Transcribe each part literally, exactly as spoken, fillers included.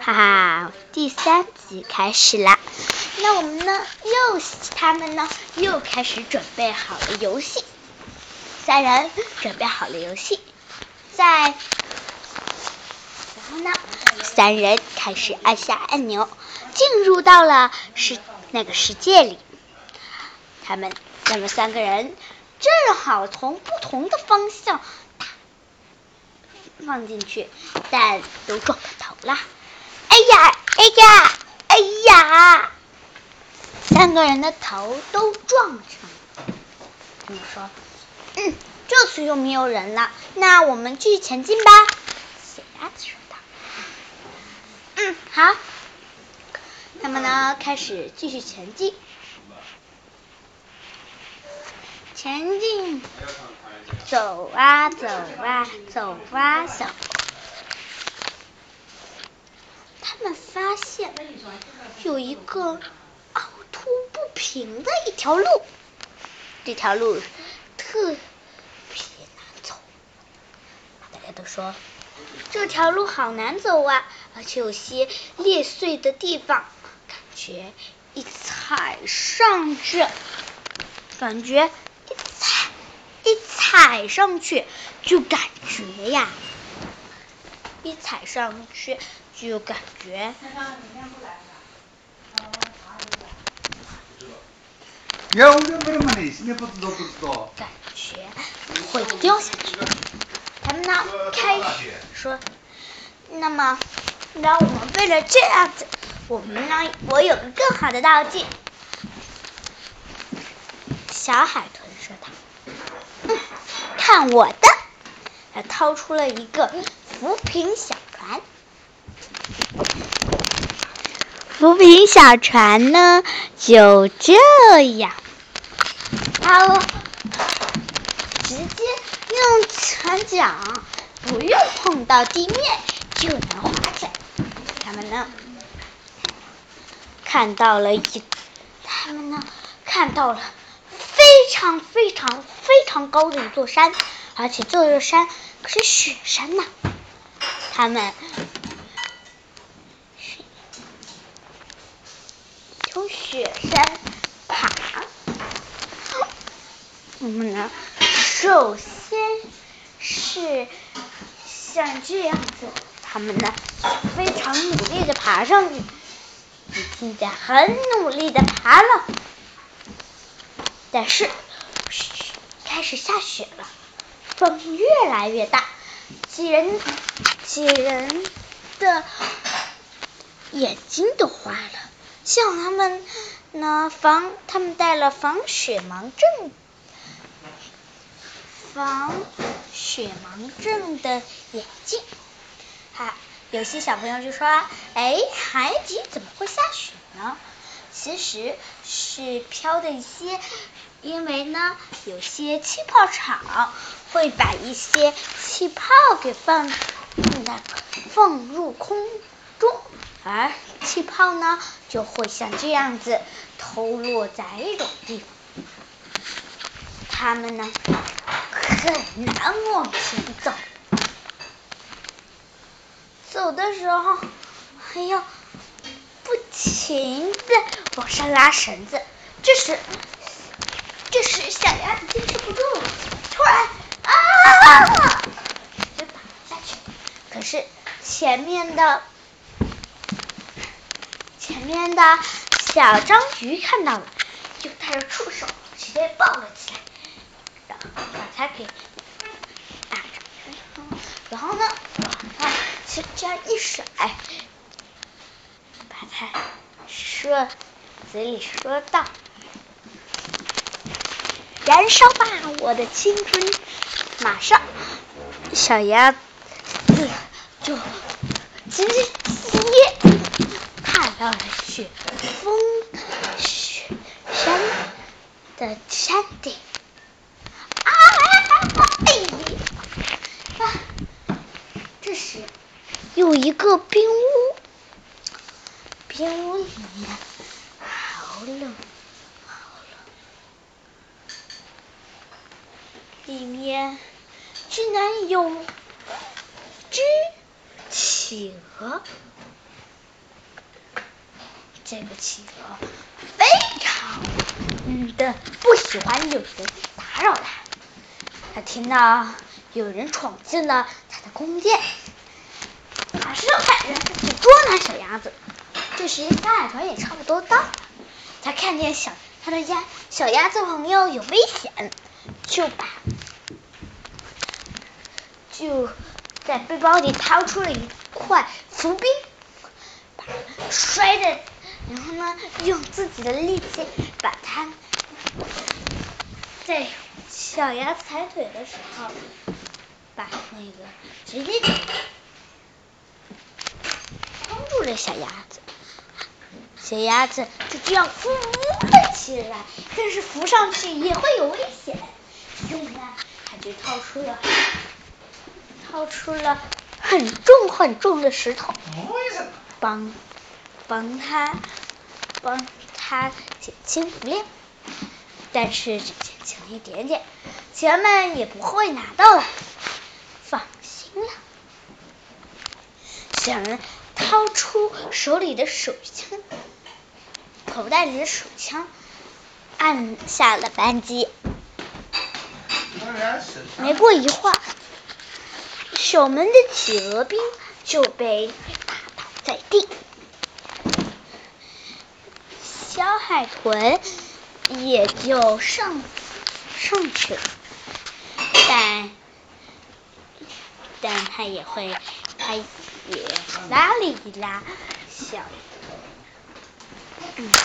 哈哈，第三集开始啦。那我们呢，又他们呢又开始准备好了游戏。三人准备好了游戏，在然后呢，三人开始按下按钮，进入到了是那个世界里。他们他们三个人正好从不同的方向放进去，但都撞到头了。哎呀，哎呀，哎呀！三个人的头都撞上了。他们说：“嗯，这次又没有人了，那我们继续前进吧。”小鸭子说道。嗯，好。他们呢，开始继续前进。前进，走啊走啊走啊走。他们发现有一个凹凸不平的一条路，这条路特别难走。大家都说这条路好难走啊，而且有些裂碎的地方，感觉一踩上去，感觉一踩一踩上去就感觉呀，一踩上去就感觉。感觉会掉下去。他们呢开始说，那么让我们为了这样子，我们呢我有个更好的道具。小海豚说道：“嗯，看我的！”他掏出了一个浮萍小船。浮萍小船呢，就这样，好，直接用船桨，不用碰到地面就能划着。他们呢，看到了一，他们呢看到了非常非常非常高的一座山，而且这座山可是雪山呐。他们从雪山爬。我们呢，首先是像这样子，他们呢非常努力的爬上去，现在很努力的爬了，但是开始下雪了，风越来越大，几人几人的眼睛都花了。像他们呢防，他们戴了防雪盲症。防雪盲症的眼镜，哈，有些小朋友就说：“哎，海底怎么会下雪呢？”其实是飘的一些，因为呢，有些气泡厂会把一些气泡给放那放入空中，而气泡呢就会像这样子投落在一种地方。他们呢很难往前走，走的时候还要不停的往上拉绳子。这时，这时小鸭子坚持不住了，突然啊，就倒下去。可是前面的前面的小章鱼看到了，就带着触手直接抱了起来。把它给打上，然后呢，把它就这样一甩，把它说嘴里说道：“燃烧吧，我的青春！”马上，小鸭子就直接踏到了雪峰雪山的山顶。这时有一个冰屋，冰屋里面好冷好冷，里面居然有只企鹅。 这个企鹅非常的不喜欢有人打扰他。他听到有人闯进了他的宫殿，马上派人去捉拿小鸭子。这时小海豚也差不多到了，他看见小他的鸭小鸭子朋友有危险，就把就在背包里掏出了一块浮冰，把它摔着，然后呢用自己的力气把它在小鸭子抬腿的时候把那个直接框住了小鸭子。小鸭子就这样浮了起来，但是浮上去也会有危险，所以呢他就掏出了掏出了很重很重的石头，帮帮他帮他减轻浮量，但是只减轻了一点点，企鹅们也不会拿到了，放心了。小人掏出手里的手枪，口袋里的手枪，按下了扳机。没过一会儿，守门的企鹅兵就被打倒在地。小海豚也就上上去了，但但他也会，他也拉了一拉小，嗯，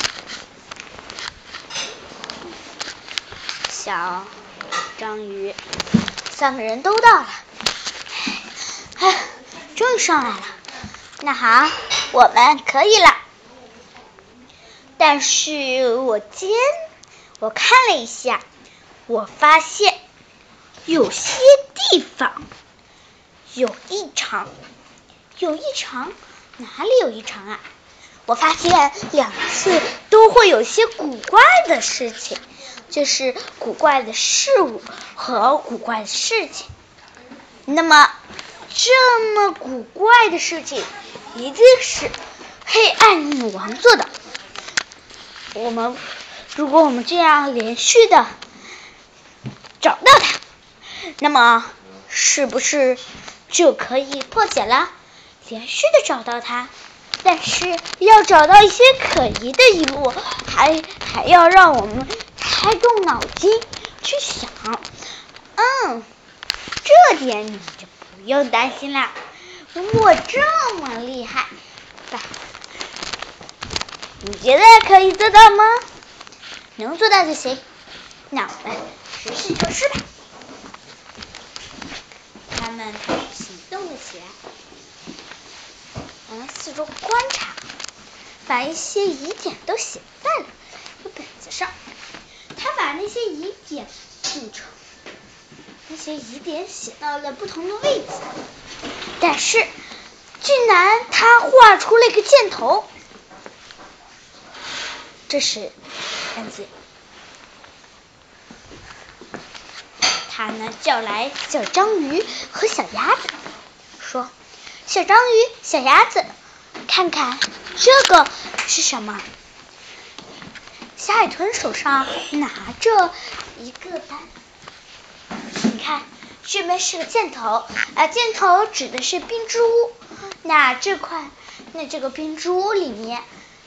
小章鱼，三个人都到了，哎，终于上来了。那好，我们可以了。但是我今我看了一下，我发现有些地方有异常，有异常，哪里有异常啊？我发现两次都会有些古怪的事情，就是古怪的事物和古怪的事情。那么这么古怪的事情一定是黑暗女王做的。我们如果我们这样连续的找到它，那么是不是就可以破解了？连续的找到它，但是要找到一些可疑的遗物，还还要让我们开动脑筋去想。嗯，这点你就不用担心啦，我这么厉害吧？你觉得可以做到吗？能做到就行，那我们实事求是吧。他们行动了起来，我们四周观察，把一些疑点都写在了本子上。他把那些疑点组成，那些疑点写到了不同的位置，但是竟然他画出了一个箭头。这时看见他呢叫来小章鱼和小鸭子，说：小章鱼小鸭子，看看这个是什么？小海豚手上拿着一个单，你看这边是个箭头，啊，箭头指的是冰之屋。那这块那这个冰之屋里面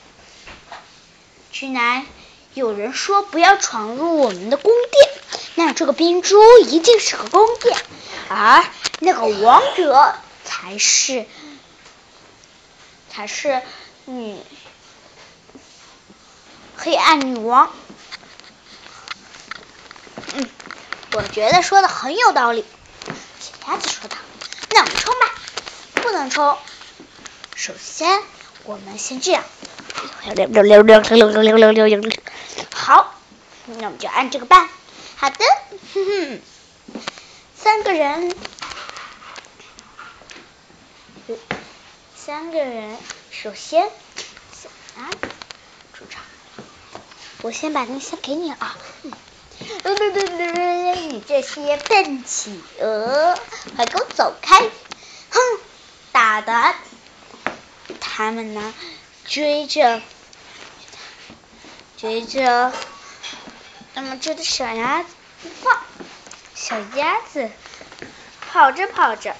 居然有人说不要闯入我们的宫殿，那这个冰之屋一定是个宫殿，而那个王者才是才是女黑暗女王。嗯，我觉得说的很有道理。小鸭子说道：那我们冲吧。不能冲，首先我们先这样，好，那我们就按这个办。好的，哼哼，三个人，三个人，首先，啊，出场，我先把那些给你啊。你这些笨企鹅，快给我走开！哼，打的他们呢追着追着那么这个小鸭子不放，小鸭子跑着跑着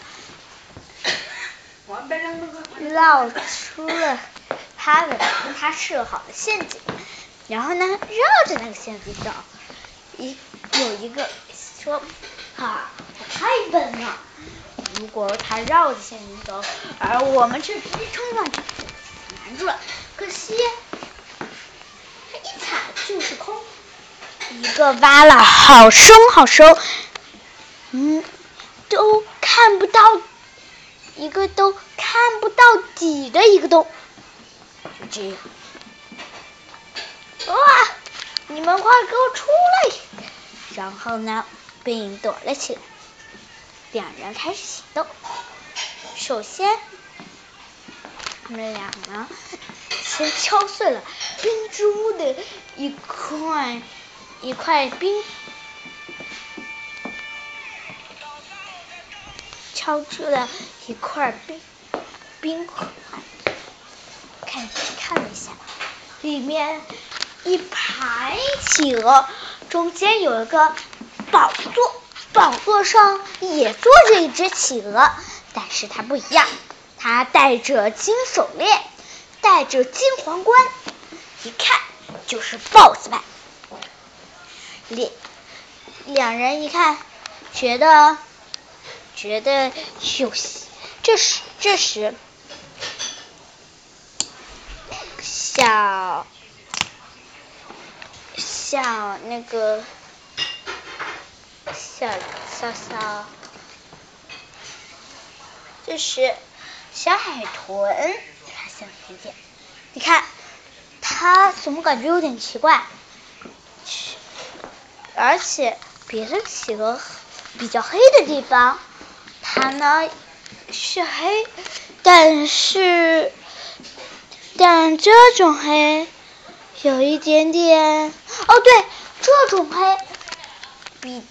绕出了他的他设好的陷阱，然后呢绕着那个陷阱走。一有一个说啊，他太笨了，如果他绕着陷阱走，而我们却直接冲上去拦住了，可惜他一踩就是空，一个挖了好深好深，嗯，都看不到，一个都看不到底的一个洞，就这样，哇！你们快给我出来！然后呢，并躲了起来。两人开始行动。首先，他们俩呢，先敲碎了冰之屋的一块一块冰，敲出了一块冰冰块。看看了一下，里面一排企鹅，中间有一个宝座，宝座上也坐着一只企鹅，但是它不一样，它戴着金手链，戴着金皇冠，一看就是 boss 派。两两人一看，觉得觉得有这时这时小小那个小小小，这时小海豚发现了一点，你看它怎么感觉有点奇怪，而且别的企鹅比较黑的地方，它呢是黑，但是但这种黑有一点点，哦对，这种黑比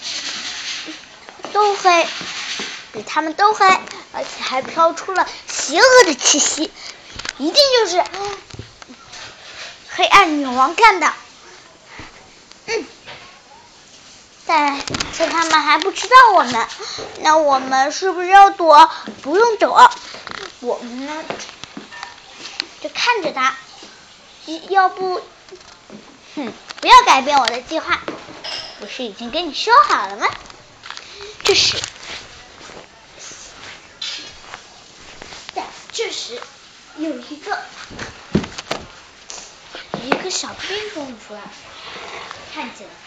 都黑，比他们都黑，而且还飘出了邪恶的气息，一定就是黑暗女王干的。嗯，但是他们还不知道我们，那我们是不是要躲？不用躲，我们呢就看着他，要不，哼，不要改变我的计划，不是已经跟你说好了吗？这时，但这时有一个一个小兵冲出来，看见了，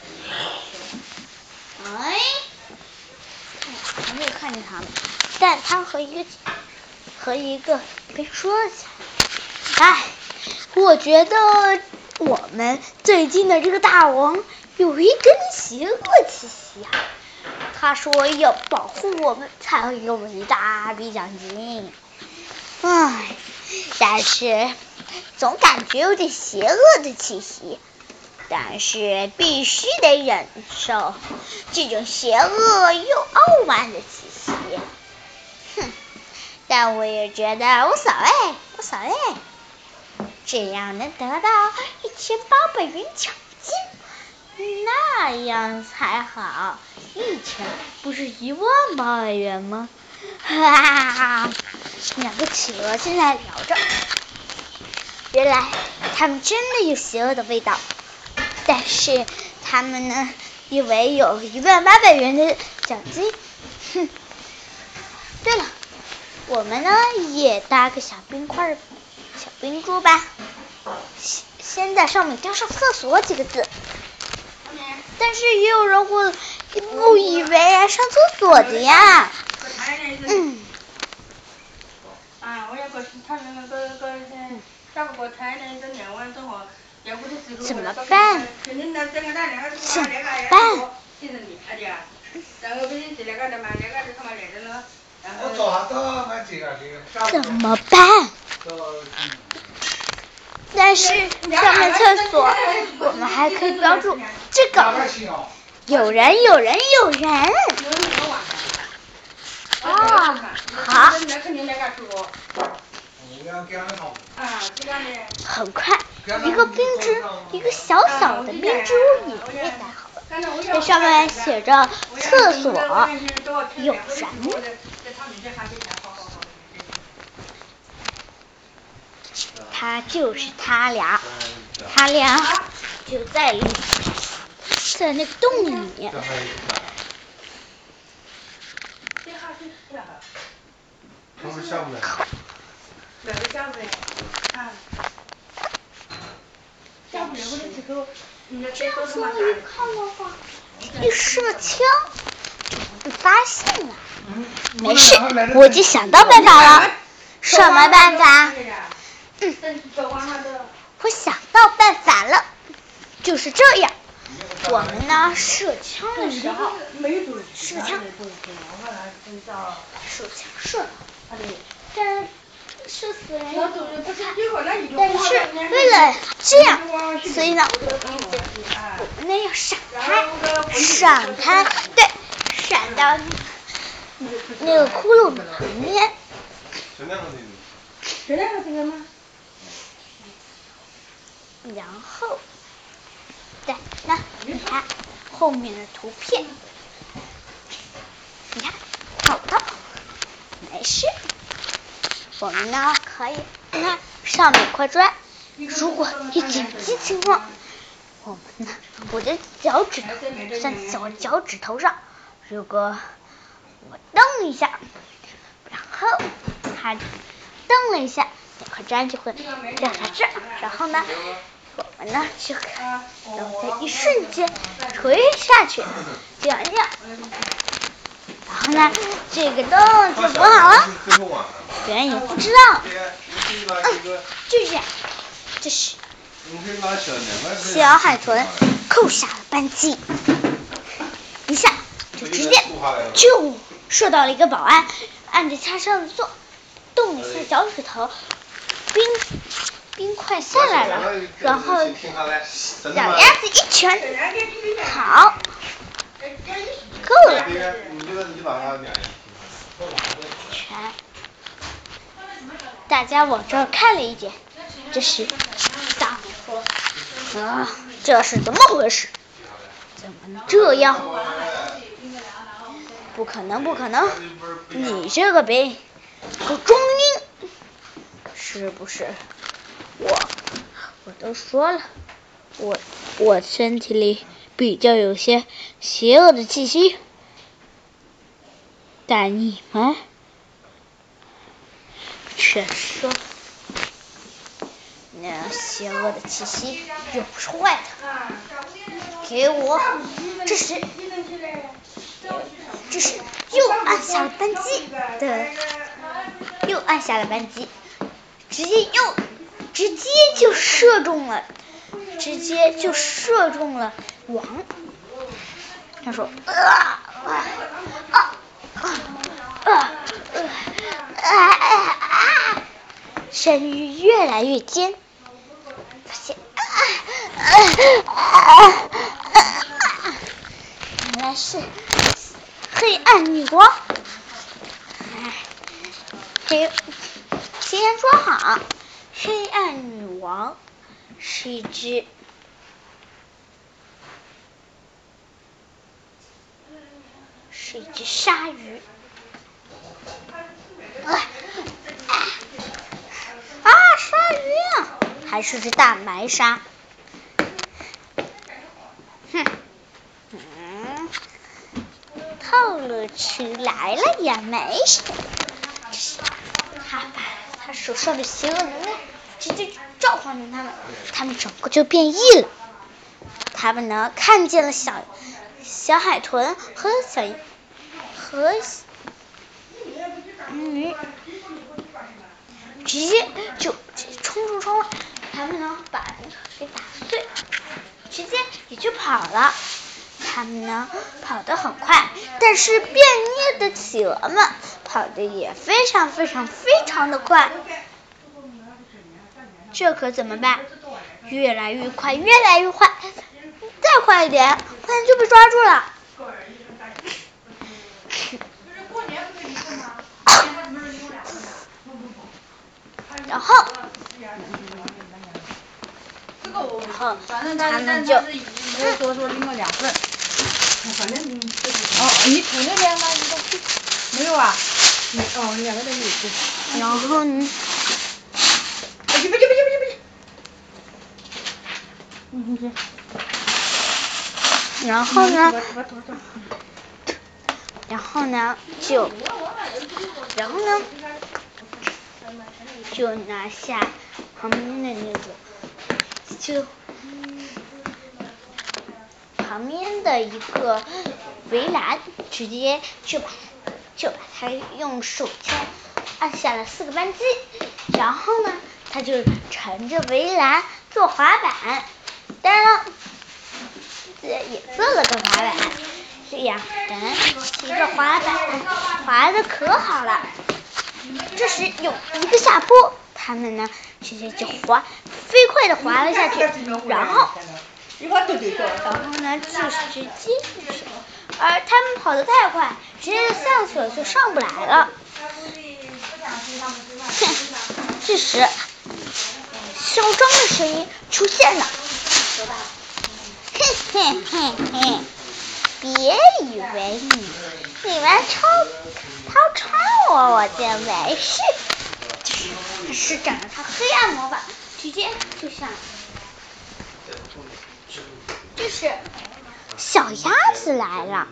哎，还没有看见他们，但他和一个和一个兵说了起来，哎，我觉得我们最近的这个大王有一点邪恶气息啊。他说要保护我们，才会给我们一大笔奖金。唉，但是总感觉有点邪恶的气息，但是必须得忍受这种邪恶又傲慢的气息。哼，但我也觉得无所谓，无所谓，这样能得到一千八百元奖金。那样才好，一千不是一万八百元吗？哈哈，两个企鹅正在聊着，原来他们真的有邪恶的味道，但是他们呢，以为有一万八百元的奖金。哼，对了，我们呢也搭个小冰块、小冰柱吧，先在上面雕上厕所几个字。但是也有人会误以为来上厕所的呀。嗯。怎么办？怎么办？怎么办？但是上面厕所我们还可以标注这个有人有人有人啊，好， 很快，一个编织，一个小小的编织屋也被盖好了，这上面写着“厕所有人”。他就是他俩，他俩就在里，在那个洞里面。这样子一看的话，一射枪就不被发现了。没事，我就想到办法了。什么办法？嗯，我想到办法了，就是这样。我们呢射枪的时候，射枪，射枪射，但射死人也不看。但是为了这样，所以呢，我们呢要闪开，闪开，对，闪到那个窟窿的旁边。然后，对，那你看后面的图片，你看好的，没事。我们呢可以那上面一块砖，如果有紧急情况，我们呢我的脚趾头在脚脚趾头上，如果我蹬一下，然后它蹬了一下，那块砖就会掉下这儿，然后呢我们呢就可以然后在一瞬间垂下去，这样这样，然后呢这个洞就补好了。别人也不知道，嗯，就这样，这是小海豚扣下了扳机，一下就直接就射到了一个保安，按着他上的做，动了一下脚趾头，冰冰块下来了，然后小鸭子一拳，好，够了，拳。大家往这儿看了一眼，这时大伙说：“啊，这是怎么回事？怎么能这样？不可能，不可能！你这个兵够中音，是不是？我我都说了，我我身体里比较有些邪恶的气息，但你们。”却说那邪恶的气息又不是坏的，给我！这时，这时又按下了扳机的，又按下了扳机，直接又直接就射中了，直接就射中了王。他说：“啊啊啊啊啊！”声音越来越尖，发现原来是黑暗女王。黑，先说好，黑暗女王是一只是一只鲨鱼。啊，鲨鱼啊，还是只大白鲨。哼，嗯，透露出来了也没事。他把他手上的邪恶能量直接召唤着他们，他们整个就变异了。他们呢看见了小小海豚和小和鱼。直接就冲冲冲，他们呢把那个给打碎，直接也就跑了。他们呢跑得很快，但是变异的企鹅们跑得也非常非常非常的快。这可怎么办？越来越快，越来越快，再快一点，不然就被抓住了。 然后，然后他们就多多说拎了两份。反正你哦，你涂那边吗？没有啊？没哦，两个都没有。 然后呢？ 不去不去不去不去！ 嗯嗯。然后呢？然后呢？就，然后呢？就拿下旁边的那个，就旁边的一个围栏，直接就就把它用手枪按下了四个扳机，然后呢，他就乘着围栏做滑板，当然了，也做了个滑板，这样人骑着滑板滑的可好了。这时有一个下坡，他们呢直接就滑，飞快的滑了下去，然后，然后呢就是直接就是，而他们跑得太快，直接上去了就上不来了。这时，嚣张的声音出现了，嘿嘿嘿嘿，别以为你你们超超超我我就没事。他施展了他黑暗魔法，直接就像，这是小鸭子来了，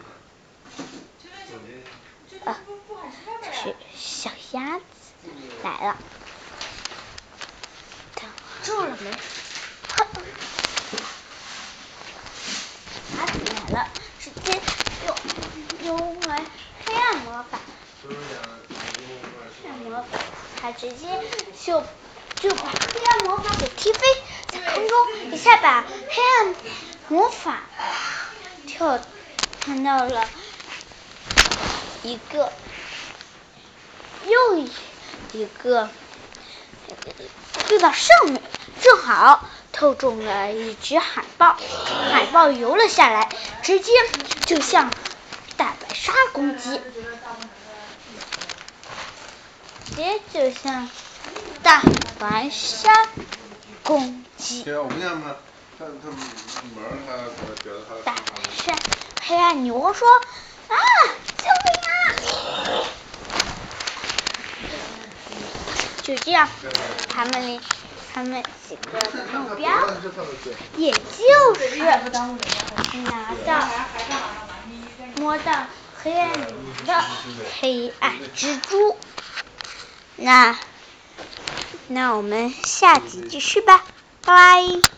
呃，这是小鸭子来了，挡住了门，鸭子来了，直接用用来黑暗魔法。黑暗魔法，他直接就就把黑暗魔法给踢飞，在空中一下把黑暗魔法跳看到了一个又一个飞到上面，正好透中了一只海豹，海豹游了下来，直接就向大白鲨攻击。直接就像大白鲨攻击。大白鲨，黑暗女巫说：“啊，救命啊！”就这样，他们他们几个的目标，也就是拿到摸到黑暗里的黑暗蜘蛛。那那我们下集继续吧，拜拜。